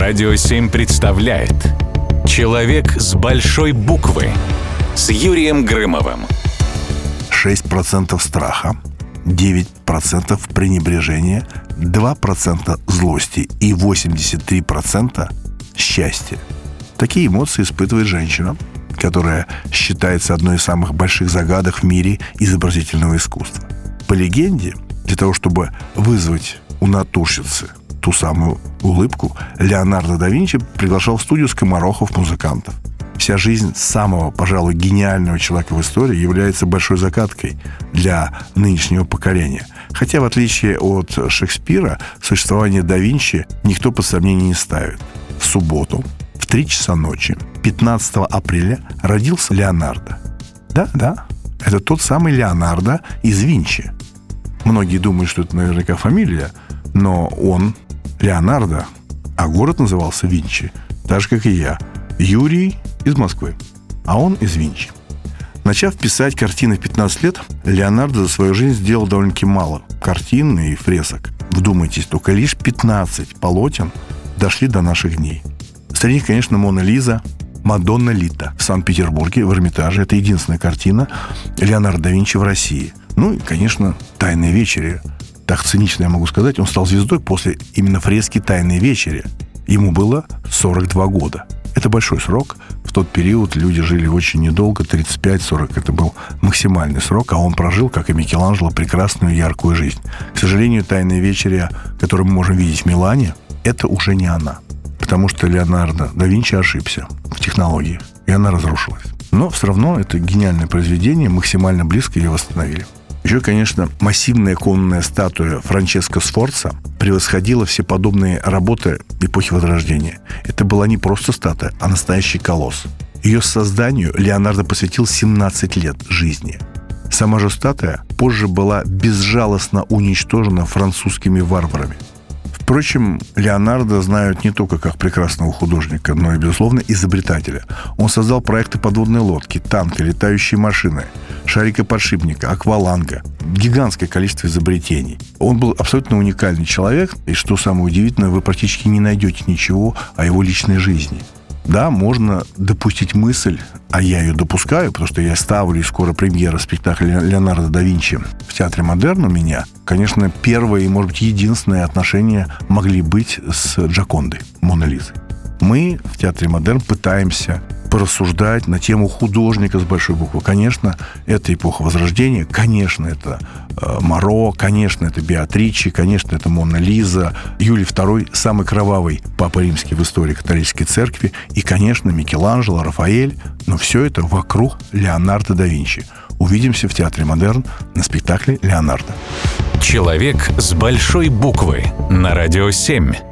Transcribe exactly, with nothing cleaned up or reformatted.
Радио семь представляет «Человек с большой буквы» с Юрием Грымовым. шесть процентов страха, девять процентов пренебрежения, два процента злости и восемьдесят три процента счастья. Такие эмоции испытывает женщина, которая считается одной из самых больших загадок в мире изобразительного искусства. По легенде, для того, чтобы вызвать у натурщицы ту самую улыбку, Леонардо да Винчи приглашал в студию скоморохов-музыкантов. Вся жизнь самого, пожалуй, гениального человека в истории является большой загадкой для нынешнего поколения. Хотя, в отличие от Шекспира, существование да Винчи никто под сомнение не ставит. В субботу в три часа ночи, пятнадцатого апреля, родился Леонардо. Да-да, это тот самый Леонардо из Винчи. Многие думают, что это наверняка фамилия, но он Леонардо, а город назывался Винчи, так же, как и я. Юрий из Москвы, а он из Винчи. Начав писать картины в пятнадцать лет, Леонардо за свою жизнь сделал довольно-таки мало картин и фресок. Вдумайтесь, только лишь пятнадцать полотен дошли до наших дней. Среди них, конечно, «Мона Лиза», «Мадонна Лита» в Санкт-Петербурге, в Эрмитаже. Это единственная картина Леонардо да Винчи в России. Ну и, конечно, «Тайная вечеря». Так цинично я могу сказать, он стал звездой после именно фрески «Тайной вечери». Ему было сорок два года. Это большой срок. В тот период люди жили очень недолго, тридцать пять сорок. Это был максимальный срок, а он прожил, как и Микеланджело, прекрасную яркую жизнь. К сожалению, «Тайная вечеря», которую мы можем видеть в Милане, это уже не она. Потому что Леонардо да Винчи ошибся в технологии, и она разрушилась. Но все равно это гениальное произведение, максимально близко ее восстановили. Еще, конечно, массивная конная статуя Франческо Сфорца превосходила все подобные работы эпохи Возрождения. Это была не просто статуя, а настоящий колосс. Ее созданию Леонардо посвятил семнадцать лет жизни. Сама же статуя позже была безжалостно уничтожена французскими варварами. Впрочем, Леонардо знают не только как прекрасного художника, но и, безусловно, изобретателя. Он создал проекты подводной лодки, танка, летающие машины, шарика-подшипника, акваланга. Гигантское количество изобретений. Он был абсолютно уникальный человек, и, что самое удивительное, вы практически не найдете ничего о его личной жизни. Да, можно допустить мысль, а я ее допускаю, потому что я ставлю, и скоро премьера спектакля Леонардо да Винчи в Театре Модерн у меня. Конечно, первое и, может быть, единственное отношение могли быть с Джокондой, Моной Лизой. Мы в Театре Модерн пытаемся порассуждать на тему художника с большой буквы. Конечно, это эпоха Возрождения, конечно, это э, Моро, конечно, это Беатриче, конечно, это Мона Лиза, Юлий второй, самый кровавый папа римский в истории католической церкви, и, конечно, Микеланджело, Рафаэль, но все это вокруг Леонардо да Винчи. Увидимся в Театре Модерн на спектакле «Леонардо». «Человек с большой буквы» на Радио семь.